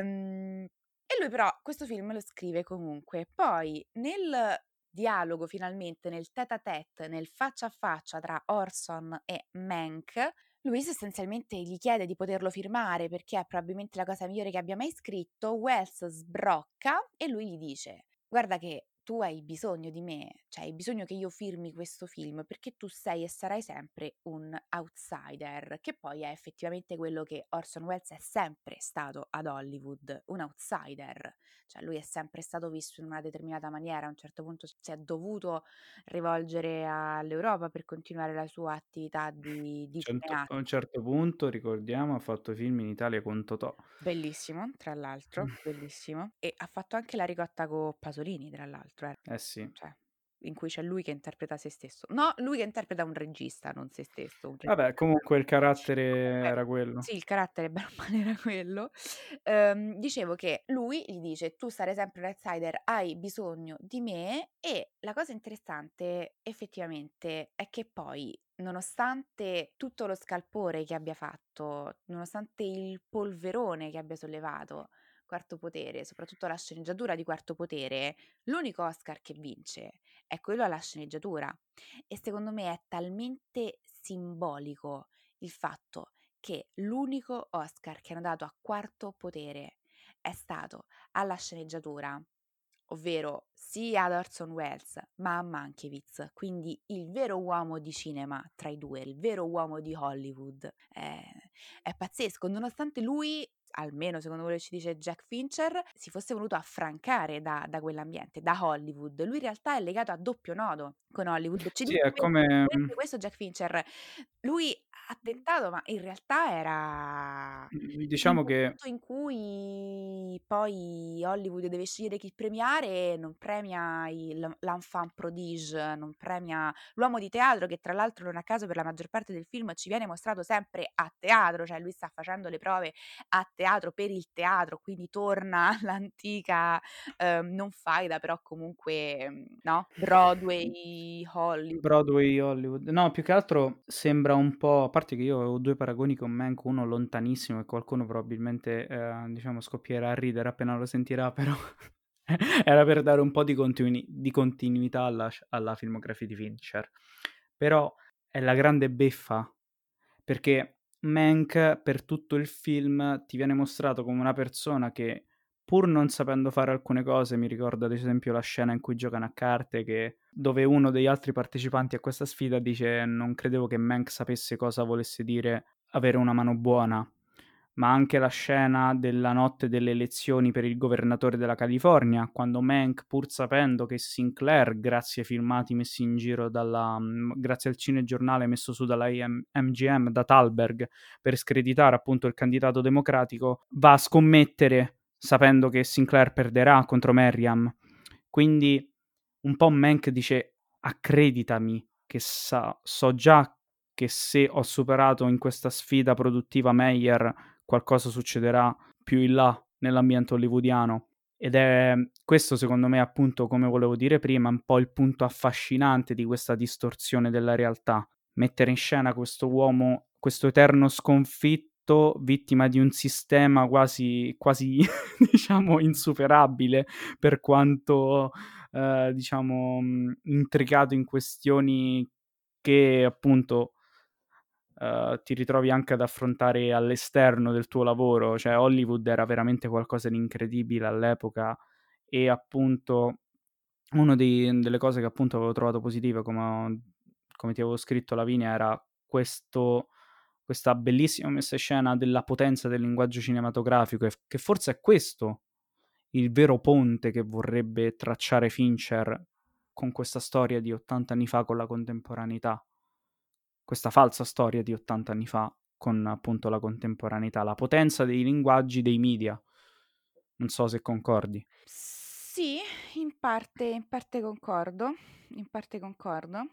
E lui però questo film lo scrive comunque. Poi nel dialogo finalmente, nel tête-à-tête, nel faccia a faccia tra Orson e Mank, lui sostanzialmente gli chiede di poterlo firmare perché è probabilmente la cosa migliore che abbia mai scritto. Wells sbrocca e lui gli dice: "Guarda che tu hai bisogno di me, cioè hai bisogno che io firmi questo film perché tu sei e sarai sempre un outsider", che poi è effettivamente quello che Orson Welles è sempre stato ad Hollywood, un outsider. Cioè lui è sempre stato visto in una determinata maniera, a un certo punto si è dovuto rivolgere all'Europa per continuare la sua attività di A cineasta. un certo punto, ricordiamo, ha fatto film in Italia con Totò. Bellissimo, tra l'altro, bellissimo. E ha fatto anche La ricotta co' Pasolini, tra l'altro, Eh sì. cioè, in cui c'è lui che interpreta se stesso. No, lui che interpreta un regista, non se stesso, un Vabbè, regista comunque il carattere comunque era quello. sì, il carattere bene o male era quello. Dicevo che lui gli dice: "Tu sarai sempre un outsider, hai bisogno di me", e la cosa interessante effettivamente è che poi, nonostante tutto lo scalpore che abbia fatto, nonostante il polverone che abbia sollevato Quarto Potere, soprattutto la sceneggiatura di Quarto Potere, l'unico Oscar che vince è quello alla sceneggiatura. E secondo me è talmente simbolico il fatto che l'unico Oscar che hanno dato a Quarto Potere è stato alla sceneggiatura, ovvero sia ad Orson Welles, ma a Mankiewicz, quindi il vero uomo di cinema tra i due, il vero uomo di Hollywood. È pazzesco, nonostante lui, almeno secondo quello che ci dice Jack Fincher, si fosse voluto affrancare da quell'ambiente, da Hollywood. Lui in realtà è legato a doppio nodo con Hollywood. Sì, è come Ci dice questo Jack Fincher. Lui ha tentato, ma in realtà era il diciamo che momento in cui poi Hollywood deve scegliere chi premiare, non premia l'enfant prodige, non premia l'uomo di teatro, che tra l'altro non a caso per la maggior parte del film ci viene mostrato sempre a teatro, cioè lui sta facendo le prove a teatro per il teatro, quindi torna all'antica, non faida, però comunque, no, Broadway, Hollywood. Broadway, Hollywood. No, più che altro sembra un po', a parte che io ho 2 paragoni con Mank, uno lontanissimo e qualcuno probabilmente, diciamo scoppierà a ridere appena lo sentirà, però era per dare un po' di continuità alla filmografia di Fincher. Però è la grande beffa, perché Mank per tutto il film ti viene mostrato come una persona che, pur non sapendo fare alcune cose, mi ricordo ad esempio la scena in cui giocano a carte dove uno degli altri partecipanti a questa sfida dice: "Non credevo che Mank sapesse cosa volesse dire avere una mano buona". Ma anche la scena della notte delle elezioni per il governatore della California, quando Mank, pur sapendo che Sinclair, grazie ai filmati messi in giro grazie al cinegiornale messo su dalla MGM, da Thalberg, per screditare appunto il candidato democratico, va a scommettere sapendo che Sinclair perderà contro Merriam. Quindi un po' Mank dice: "Accreditami che so già che se ho superato in questa sfida produttiva Meyer, qualcosa succederà più in là nell'ambiente hollywoodiano". Ed è questo secondo me, appunto, come volevo dire prima, un po' il punto affascinante di questa distorsione della realtà. Mettere in scena questo uomo, questo eterno sconfitto, vittima di un sistema quasi diciamo insuperabile per quanto diciamo, intricato in questioni che appunto ti ritrovi anche ad affrontare all'esterno del tuo lavoro. Cioè Hollywood era veramente qualcosa di incredibile all'epoca e appunto uno delle cose che appunto avevo trovato positive, come ti avevo scritto Lavinia, era questa bellissima messa in scena della potenza del linguaggio cinematografico, e che forse è questo il vero ponte che vorrebbe tracciare Fincher con questa storia di 80 anni fa con la contemporaneità. Questa falsa storia di 80 anni fa con appunto la contemporaneità, la potenza dei linguaggi dei media. Non so se concordi. Sì, in parte concordo, in parte concordo.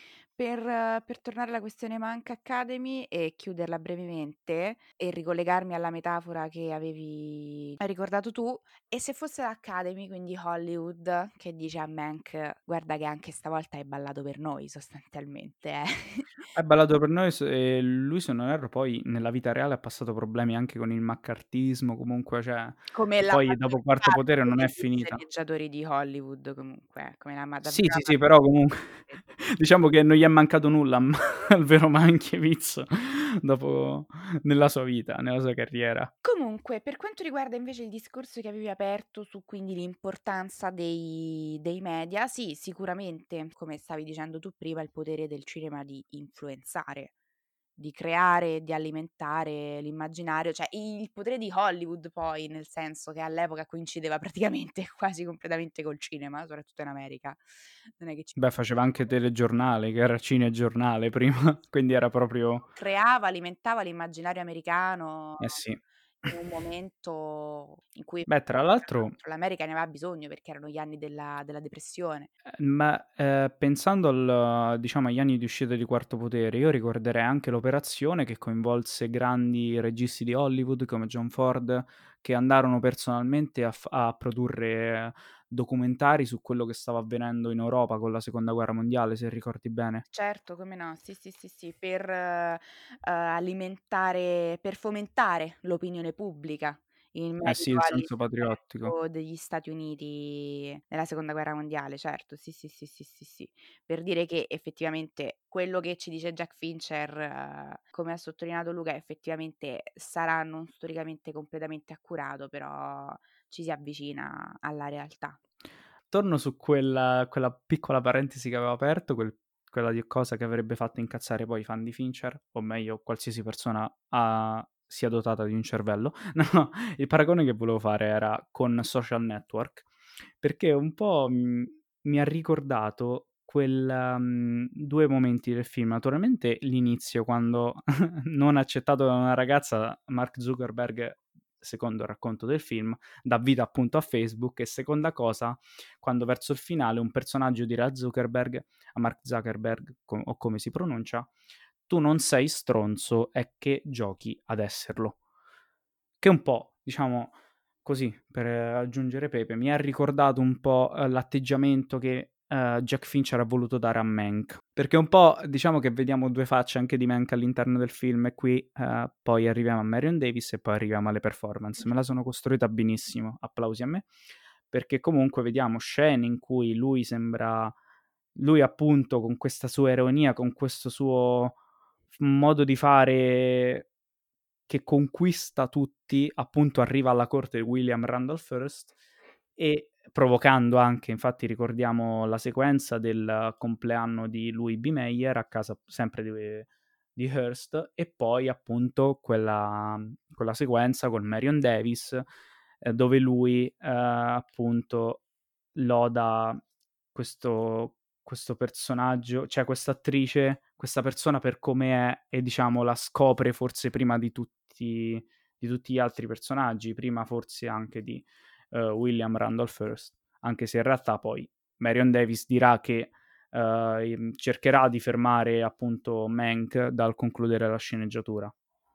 Per tornare alla questione Mank Academy e chiuderla brevemente e ricollegarmi alla metafora che avevi ricordato tu, e se fosse l'Academy, quindi Hollywood, che dice a Mank: "Guarda che anche stavolta hai ballato per noi", sostanzialmente, Hai ballato per noi e lui, se non erro, poi nella vita reale ha passato problemi anche con il maccartismo, comunque, cioè, come che la poi maggior dopo Quarto Potere parte non è degli finita. sceneggiatori di Hollywood comunque, come la ma Sì, davvero sì, la sì, maggior però comunque parte. diciamo che non gli è mancato nulla al vero Mankiewicz dopo nella sua vita, nella sua carriera. Comunque, per quanto riguarda invece il discorso che avevi aperto su quindi l'importanza dei media, sì, sicuramente, come stavi dicendo tu prima, il potere del cinema di influenzare, di creare, di alimentare l'immaginario, cioè il potere di Hollywood poi, nel senso che all'epoca coincideva praticamente quasi completamente col cinema, soprattutto in America. Non è che ci Beh, faceva anche telegiornale, che era cinegiornale prima, quindi era proprio creava, alimentava l'immaginario americano eh sì. in un momento in cui Beh, tra tra l'altro l'altro l'America ne aveva bisogno perché erano gli anni della depressione. Pensando diciamo agli anni di uscita di Quarto Potere, io ricorderei anche l'operazione che coinvolse grandi registi di Hollywood come John Ford, che andarono personalmente a produrre documentari su quello che stava avvenendo in Europa con la Seconda Guerra Mondiale, se ricordi bene. Certo, come no, sì, sì, sì, sì, alimentare per fomentare l'opinione pubblica in Eh sì, merito il senso patriottico. all'intervento degli Stati Uniti nella seconda guerra mondiale, certo, sì, sì, sì, sì, sì, sì. Per dire che effettivamente quello che ci dice Jack Fincher, come ha sottolineato Luca, effettivamente sarà non storicamente completamente accurato, però ci si avvicina alla realtà. Torno su quella piccola parentesi che avevo aperto, quella di cosa che avrebbe fatto incazzare poi i fan di Fincher, o meglio qualsiasi persona sia dotata di un cervello. No, il paragone che volevo fare era con Social Network, perché un po', mi ha ricordato 2 momenti del film. Naturalmente l'inizio, quando non accettato da una ragazza, Mark Zuckerberg, secondo il racconto del film, dà vita appunto a Facebook, e seconda cosa, quando verso il finale un personaggio dirà a Zuckerberg, a Mark Zuckerberg, o come si pronuncia: "Tu non sei stronzo, è che giochi ad esserlo". Che un po', diciamo, così, per aggiungere pepe, mi ha ricordato un po', l'atteggiamento che, Jack Fincher ha voluto dare a Mank. Perché un po' diciamo che vediamo 2 facce anche di Mank all'interno del film, e qui, poi arriviamo a Marion Davis e poi arriviamo alle performance. Me la sono costruita benissimo, applausi a me, perché comunque vediamo scene in cui lui appunto con questa sua ironia, con questo suo modo di fare che conquista tutti, appunto arriva alla corte di William Randolph Hearst, e provocando anche, infatti ricordiamo la sequenza del compleanno di Louis B. Mayer a casa sempre di Hearst, e poi appunto quella sequenza con Marion Davis, dove lui, appunto loda questo personaggio, cioè questa attrice, questa persona per come è, e diciamo la scopre forse prima di tutti gli altri personaggi, prima forse anche di William Randolph Hearst, anche se in realtà poi Marion Davis dirà che cercherà di fermare appunto Mank dal concludere la sceneggiatura.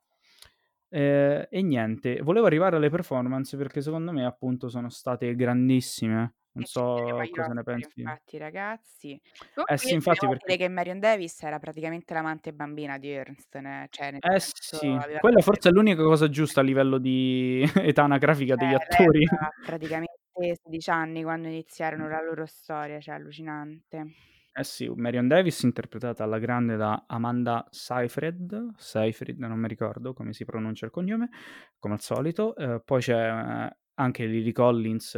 E niente, volevo arrivare alle performance perché secondo me appunto sono state grandissime. Non E ci vedremo so agli cosa ne Oscar pensi. infatti ragazzi. Eh Comunque sì, io ci infatti, tenevo a perché dire che Marion Davis era praticamente l'amante bambina di Ernst, cioè nel eh senso sì, aveva quella forse è l'unica cosa giusta a livello di età anagrafica cioè degli lei attori. aveva praticamente 16 anni quando iniziarono la loro storia, cioè allucinante. Eh sì, Marion Davies interpretata alla grande da Amanda Seyfried, non mi ricordo come si pronuncia il cognome, come al solito. Poi c'è anche Lily Collins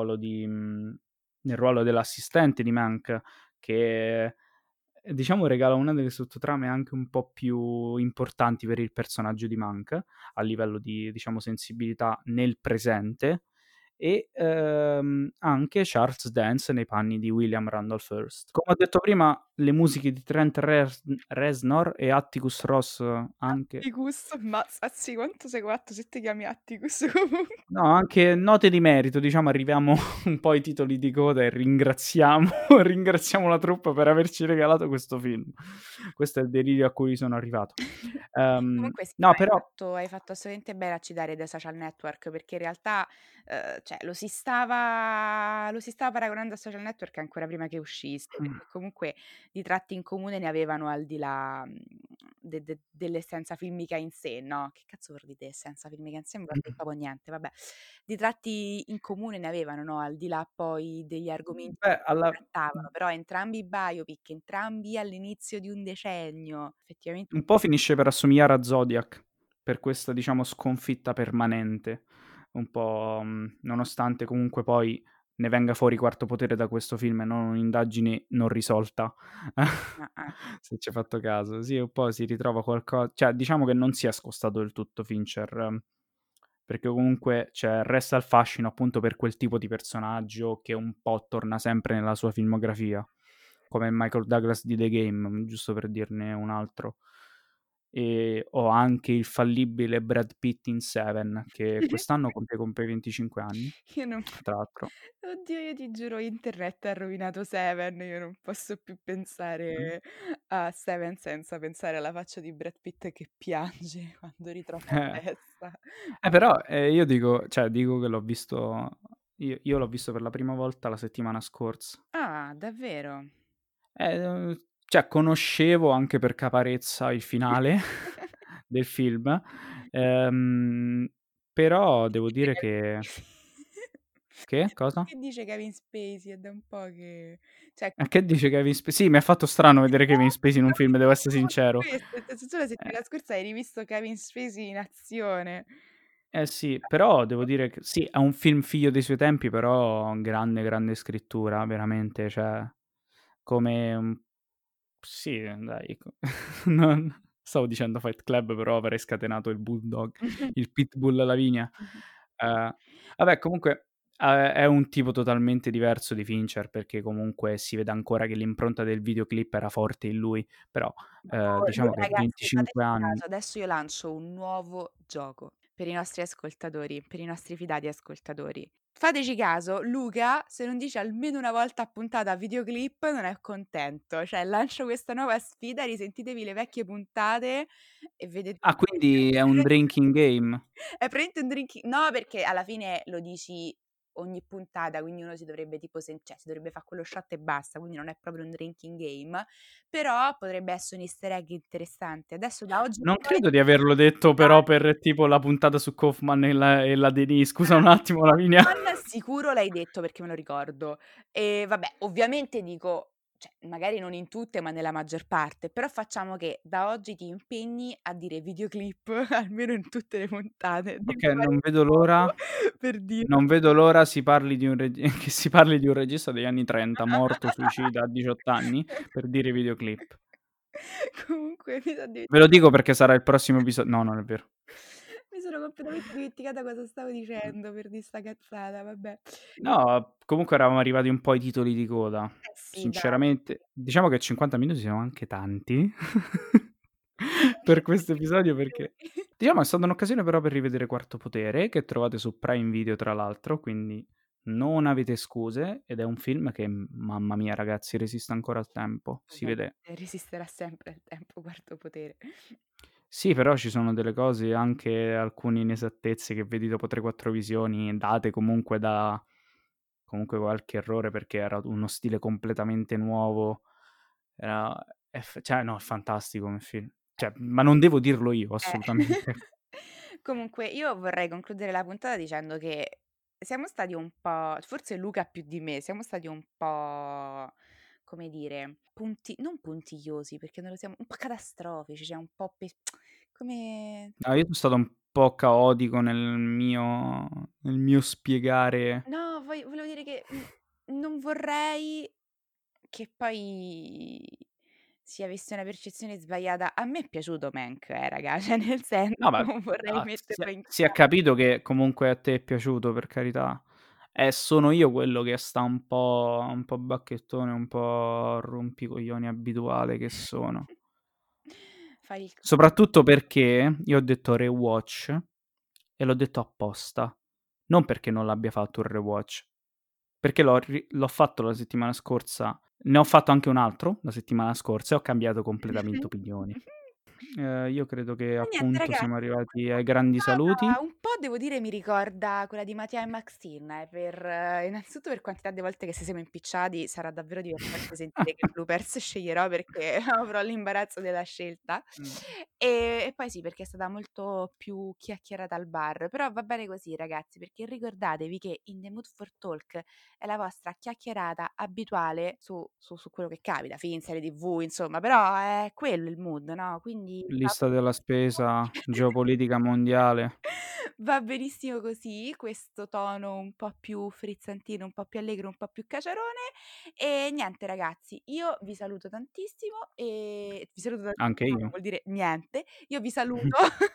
nel ruolo dell'assistente di Mank, che diciamo regala una delle sottotrame anche un po' più importanti per il personaggio di Mank, a livello di, diciamo, sensibilità nel presente, e anche Charles Dance nei panni di William Randolph Hearst. Come ho detto prima, le musiche di Trent Reznor e Atticus Ross anche. Atticus, ammazza, quanto sei matto se ti chiami Atticus comunque. No, anche note di merito, diciamo, arriviamo un po' ai titoli di coda e ringraziamo, ringraziamo la troupe per averci regalato questo film. Questo è il delirio a cui sono arrivato. Comunque sì, no, No, però. hai fatto assolutamente bene a citare The Social Network, perché in realtà, cioè lo si stava paragonando a Social Network ancora prima che uscisse, perché comunque di tratti in comune ne avevano al di là, dell'essenza filmica in sé, no, che cazzo vuol dire essenza filmica in sé? Non vuol dire proprio niente, vabbè. Di tratti in comune ne avevano, no, al di là poi degli argomenti Beh, che trattavano, però entrambi biopic, entrambi all'inizio di un decennio, effettivamente. un po' finisce per assomigliare a Zodiac, per questa, diciamo, sconfitta permanente, un po', nonostante comunque poi ne venga fuori Quarto Potere da questo film e non un'indagine non risolta, Ah-ah. se ci hai fatto caso. Sì, un po' si ritrova cioè diciamo che non si è scostato del tutto Fincher, perché comunque, cioè, resta il fascino appunto per quel tipo di personaggio che un po' torna sempre nella sua filmografia, come Michael Douglas di The Game, giusto per dirne un altro. O anche il fallibile Brad Pitt in Seven, che quest'anno compie 25 anni, Io non tra l'altro. oddio, io ti giuro internet ha rovinato Seven, io non posso più Mh. pensare a Seven senza pensare alla faccia di Brad Pitt che piange quando ritrova la Eh. testa. Però, io dico che l'ho visto, io l'ho visto per la prima volta la settimana scorsa. Ah, davvero? Cioè conoscevo anche per caparezza il finale del film, ehm, però Che devo dice dire Kevin che. Spacey? Che? Cosa? Che dice Kevin Spacey? È da un po' che cioè Che dice Kevin Sì, mi ha fatto strano vedere Kevin Spacey in un film, devo essere sincero. questo, nel senso tu la Eh. settimana scorsa hai rivisto Kevin Spacey in azione. Eh sì, però devo dire che sì, è un film figlio dei suoi tempi, però grande, grande scrittura, veramente, cioè come sì, dai, non stavo dicendo Fight Club, però avrei scatenato il bulldog, il pitbull Lavinia. Ehm, Vabbè, comunque, è un tipo totalmente diverso di Fincher, perché comunque si vede ancora che l'impronta del videoclip era forte in lui, però, Lui diciamo che ragazzi 25 fateci anni. caso, adesso io lancio un nuovo gioco per i nostri ascoltatori, per i nostri fidati ascoltatori. Fateci caso, Luca se non dice almeno una volta a puntata videoclip non è contento, cioè lancio questa nuova sfida, risentitevi le vecchie puntate e vedete Ah, quindi è un drinking game? è praticamente un no, perché alla fine lo dici ogni puntata, quindi uno si dovrebbe tipo cioè si dovrebbe fa' quello shot e basta, quindi non è proprio un drinking game, però potrebbe essere un easter egg interessante. Adesso da oggi in Non poi credo di averlo detto però per tipo la puntata su Kaufman e la Denis. Scusa un attimo Lavinia. Kaufman sicuro l'hai detto perché me lo ricordo. E vabbè, ovviamente dico, cioè magari non in tutte, ma nella maggior parte, però facciamo che da oggi ti impegni a dire videoclip almeno in tutte le puntate. Devi Okay, trovare un modo per dirlo. non vedo l'ora si parli di un che si parli di un regista degli anni '30 morto, suicida a 18 anni, per dire videoclip. Comunque mi son Ve lo dimenticata dico perché sarà il prossimo no, non è vero. mi sono completamente dimenticata cosa stavo Mh. dicendo per di 'sta cazzata, vabbè. No, comunque eravamo arrivati un po' ai titoli di coda. Eh sì dai. Sinceramente, diciamo che 50 minuti sono anche tanti per questo episodio, perché diciamo è stata un'occasione però per rivedere Quarto Potere, che trovate su Prime Video tra l'altro, quindi non avete scuse, ed è un film che, mamma mia ragazzi, resiste ancora al tempo. Si vede. Ovviamente resisterà sempre al tempo, quarto potere. Sì, però ci sono delle cose, anche alcune inesattezze che vedi dopo 3, 4 visioni, date comunque da comunque qualche errore, perché era uno stile completamente nuovo. Era cioè no, è fantastico come film. Cioè, ma non devo dirlo io Eh. assolutamente. Comunque io vorrei concludere la puntata dicendo che siamo stati un po', forse Luca più di me, siamo stati un po', come dire, non puntigliosi, perché non lo siamo, un po' catastrofici, cioè un po' come... No, io sono stato un po' caotico nel mio spiegare. No, volevo dire che non vorrei che poi si avesse una percezione sbagliata. A me è piaciuto Mank, raga, cioè nel senso No, ma non vorrei si è metterlo in si è capito che comunque a te è piaciuto, per carità. Sono io quello che sta un po' bacchettone, un po' rompicoglioni abituale che sono. Fai il Soprattutto perché io ho detto rewatch e l'ho detto apposta, non perché non l'abbia fatto un rewatch, perché l'ho fatto la settimana scorsa, ne ho fatto anche un altro la settimana scorsa e ho cambiato completamente opinioni. Io credo che e niente appunto ragazzi, siamo arrivati questa ai grandi puntata saluti. un po' devo dire mi ricorda quella di Mattia e Maxine, per innanzitutto per quantità di volte che ci siamo impicciati, sarà davvero divertente sentire che bloopers sceglierò perché avrò l'imbarazzo della scelta. Mh. E poi sì, perché è stata molto più chiacchierata al bar, però va bene così ragazzi, perché ricordatevi che In the Mood for Talk è la vostra chiacchierata abituale su quello che capita, film, serie TV, insomma, però è quello il mood, no, quindi va Lista della spesa, geopolitica mondiale. va benissimo così, questo tono un po' più frizzantino, un po' più allegro, un po' più caciarone e niente ragazzi, io vi saluto tantissimo e vi saluto Anche tantissimo che io. vuol dire niente, io vi saluto.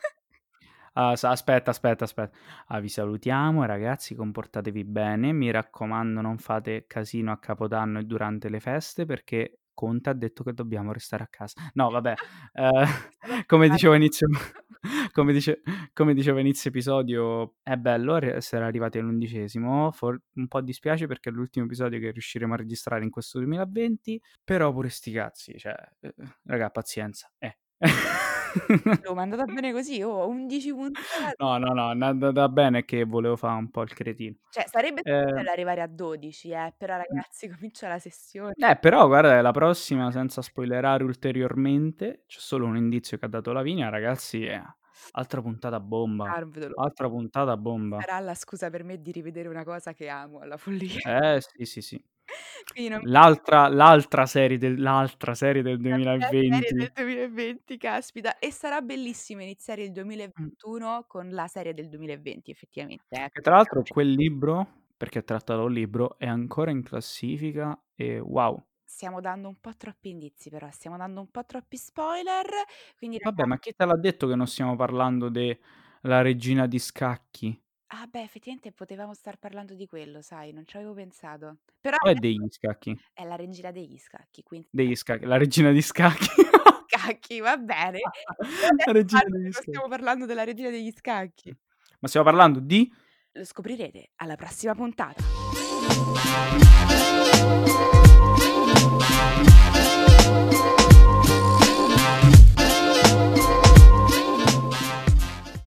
Aspetta. Vi salutiamo ragazzi, comportatevi bene. Mi raccomando, non fate casino a Capodanno e durante le feste perché Conte ha detto che dobbiamo restare a casa. No vabbè, ehm, Stavo come aspettando. dicevo a inizio come dice come dicevo a inizio episodio, è bello essere arrivati all'11°, un po' dispiace perché è l'ultimo episodio che riusciremo a registrare in questo 2020, però pure 'sti cazzi, cioè, raga pazienza, Ma è andata bene così, oh, 11 puntate. No, è andata bene che volevo fa' un po' il cretino. Cioè sarebbe stato Ehm, bello arrivare a 12 però mh, ragazzi comincia la sessione. però guarda la prossima, senza spoilerare ulteriormente, c'è solo un indizio che ha dato Lavinia, ragazzi, altra puntata bomba, Ah, non vedo l'ora. altra puntata bomba. Sarà la scusa per me di rivedere una cosa che amo alla follia. Sì. Quindi non L'altra serie del la mia serie 2020. del 2020, caspita. E sarà bellissimo iniziare il Mh. 2021 con la serie del 2020 effettivamente, Che tra l'altro pensiamoci. quel libro, perché è tratta da un libro, è ancora in classifica e wow. Stiamo dando un po' troppi indizi però, stiamo dando un po' troppi spoiler, quindi Vabbè, ragazzi ma chi te l'ha detto che non stiamo parlando de La regina di scacchi? ah beh, effettivamente potevamo star parlando di quello, sai, non ci avevo pensato. Però O è adesso degli scacchi? è la regina degli scacchi, quindi Degli scacchi, la regina di scacchi. scacchi, va bene. E La adesso regina fanno che degli non scacchi. stiamo parlando della regina degli scacchi. Ma stiamo parlando di Lo scoprirete alla prossima puntata.